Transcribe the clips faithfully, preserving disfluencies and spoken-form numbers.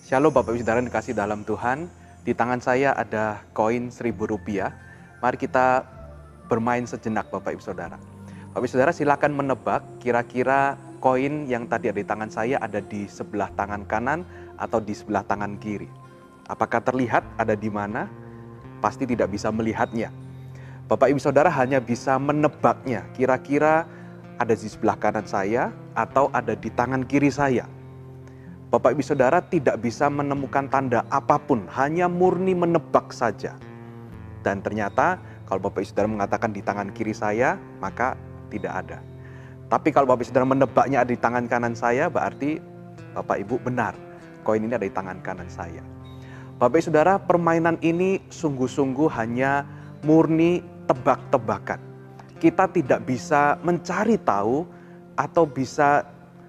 Shalom Bapak Ibu Saudara yang dikasih dalam Tuhan. Di tangan saya ada koin seribu rupiah. Mari kita bermain sejenak Bapak Ibu Saudara. Bapak Ibu Saudara silakan menebak kira-kira koin yang tadi ada di tangan saya ada di sebelah tangan kanan atau di sebelah tangan kiri. Apakah terlihat ada di mana? Pasti tidak bisa melihatnya. Bapak Ibu Saudara hanya bisa menebaknya. Kira-kira ada di sebelah kanan saya atau ada di tangan kiri saya. Bapak Ibu Saudara tidak bisa menemukan tanda apapun, hanya murni menebak saja. Dan ternyata kalau Bapak Ibu Saudara mengatakan di tangan kiri saya, maka tidak ada. Tapi kalau Bapak Ibu Saudara menebaknya ada di tangan kanan saya, berarti Bapak Ibu benar, koin ini ada di tangan kanan saya. Bapak Ibu Saudara, permainan ini sungguh-sungguh hanya murni tebak-tebakan. Kita tidak bisa mencari tahu atau bisa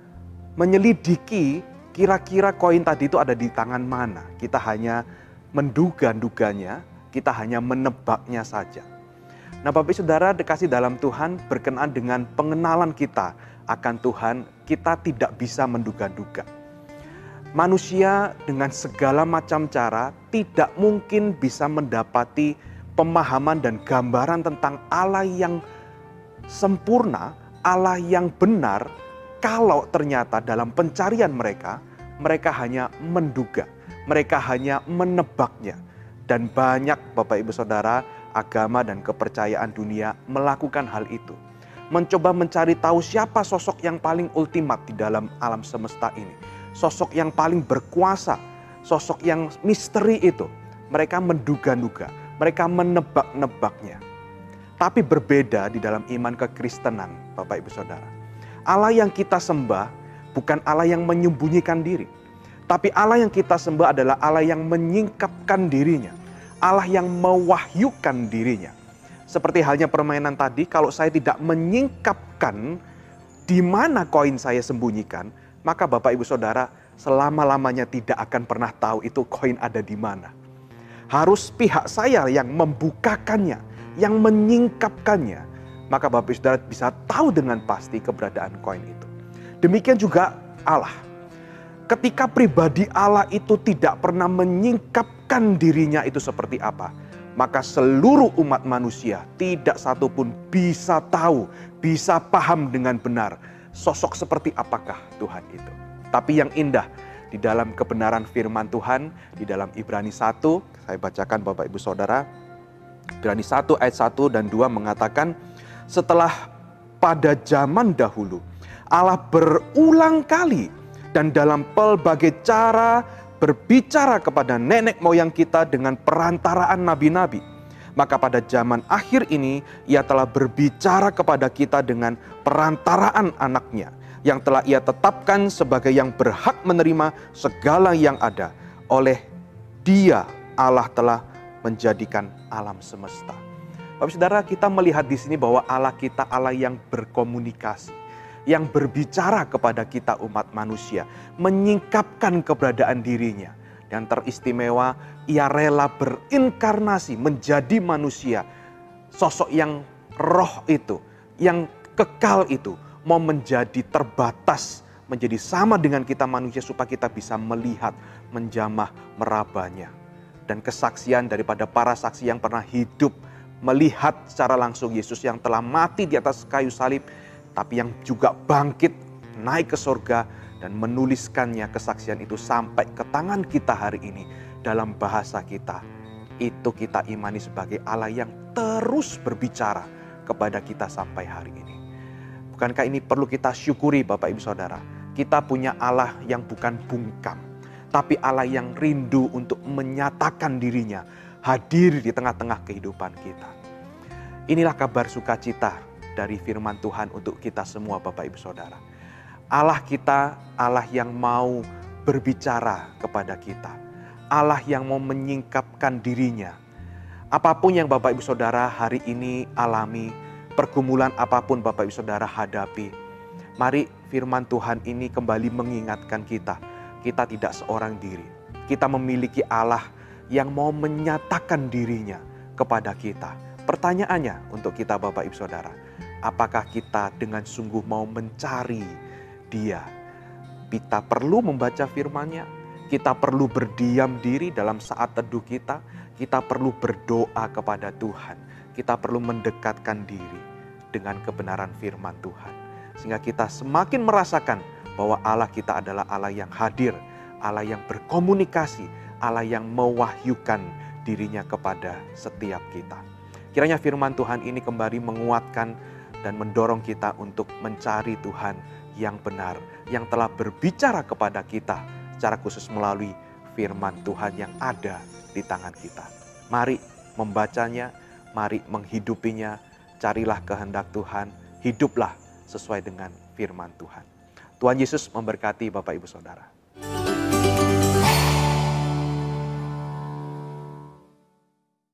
menyelidiki kira-kira koin tadi itu ada di tangan mana. Kita hanya menduga-duganya, kita hanya menebaknya saja. Nah Bapak Ibu Saudara dikasih dalam Tuhan, berkenaan dengan pengenalan kita akan Tuhan, kita tidak bisa menduga-duga. Manusia dengan segala macam cara tidak mungkin bisa mendapati pemahaman dan gambaran tentang Allah yang sempurna, Allah yang benar, kalau ternyata dalam pencarian mereka, mereka hanya menduga, mereka hanya menebaknya. Dan banyak Bapak Ibu Saudara, agama dan kepercayaan dunia melakukan hal itu. Mencoba mencari tahu siapa sosok yang paling ultimat di dalam alam semesta ini. Sosok yang paling berkuasa, sosok yang misteri itu. Mereka menduga-duga, mereka menebak-nebaknya. Tapi berbeda di dalam iman kekristenan Bapak Ibu Saudara. Allah yang kita sembah bukan Allah yang menyembunyikan diri. Tapi Allah yang kita sembah adalah Allah yang menyingkapkan dirinya. Allah yang mewahyukan dirinya. Seperti halnya permainan tadi, kalau saya tidak menyingkapkan di mana koin saya sembunyikan, maka Bapak Ibu Saudara selama-lamanya tidak akan pernah tahu itu koin ada di mana. Harus pihak saya yang membukakannya, yang menyingkapkannya. Maka Bapak Ibu Saudara bisa tahu dengan pasti keberadaan koin itu. Demikian juga Allah. Ketika pribadi Allah itu tidak pernah menyingkapkan dirinya itu seperti apa, maka seluruh umat manusia tidak satupun bisa tahu, bisa paham dengan benar sosok seperti apakah Tuhan itu. Tapi yang indah di dalam kebenaran firman Tuhan, di dalam Ibrani satu, saya bacakan Bapak Ibu Saudara. Ibrani satu ayat satu dan dua mengatakan, setelah pada zaman dahulu Allah berulang kali dan dalam pelbagai cara berbicara kepada nenek moyang kita dengan perantaraan nabi-nabi. Maka pada zaman akhir ini ia telah berbicara kepada kita dengan perantaraan anaknya, yang telah ia tetapkan sebagai yang berhak menerima segala yang ada. Oleh Dia Allah telah menjadikan alam semesta. Bapak Saudara, kita melihat di sini bahwa Allah kita Allah yang berkomunikasi, yang berbicara kepada kita umat manusia, menyingkapkan keberadaan dirinya. Dan teristimewa, ia rela berinkarnasi menjadi manusia. Sosok yang roh itu, yang kekal itu, mau menjadi terbatas, menjadi sama dengan kita manusia supaya kita bisa melihat, menjamah, merabanya. Dan kesaksian daripada para saksi yang pernah hidup, melihat secara langsung Yesus yang telah mati di atas kayu salib, tapi yang juga bangkit, naik ke surga, dan menuliskannya kesaksian itu sampai ke tangan kita hari ini. Dalam bahasa kita, itu kita imani sebagai Allah yang terus berbicara kepada kita sampai hari ini. Bukankah ini perlu kita syukuri Bapak Ibu Saudara? Kita punya Allah yang bukan bungkam, tapi Allah yang rindu untuk menyatakan dirinya, hadir di tengah-tengah kehidupan kita. Inilah kabar sukacita dari firman Tuhan untuk kita semua Bapak Ibu Saudara. Allah kita, Allah yang mau berbicara kepada kita. Allah yang mau menyingkapkan dirinya. Apapun yang Bapak Ibu Saudara hari ini alami, pergumulan apapun Bapak Ibu Saudara hadapi, mari firman Tuhan ini kembali mengingatkan kita. Kita tidak seorang diri. Kita memiliki Allah yang mau menyatakan dirinya kepada kita. Pertanyaannya untuk kita Bapak Ibu Saudara, apakah kita dengan sungguh mau mencari Dia? Kita perlu membaca firman-Nya, Kita perlu berdiam diri dalam saat teduh kita. Kita perlu berdoa kepada Tuhan. Kita perlu mendekatkan diri dengan kebenaran firman Tuhan. Sehingga kita semakin merasakan bahwa Allah kita adalah Allah yang hadir, Allah yang berkomunikasi, Allah yang mewahyukan dirinya kepada setiap kita. Kiranya firman Tuhan ini kembali menguatkan dan mendorong kita untuk mencari Tuhan yang benar, yang telah berbicara kepada kita secara khusus melalui firman Tuhan yang ada di tangan kita. Mari membacanya, mari menghidupinya, carilah kehendak Tuhan, hiduplah sesuai dengan firman Tuhan. Tuhan Yesus memberkati Bapak Ibu Saudara.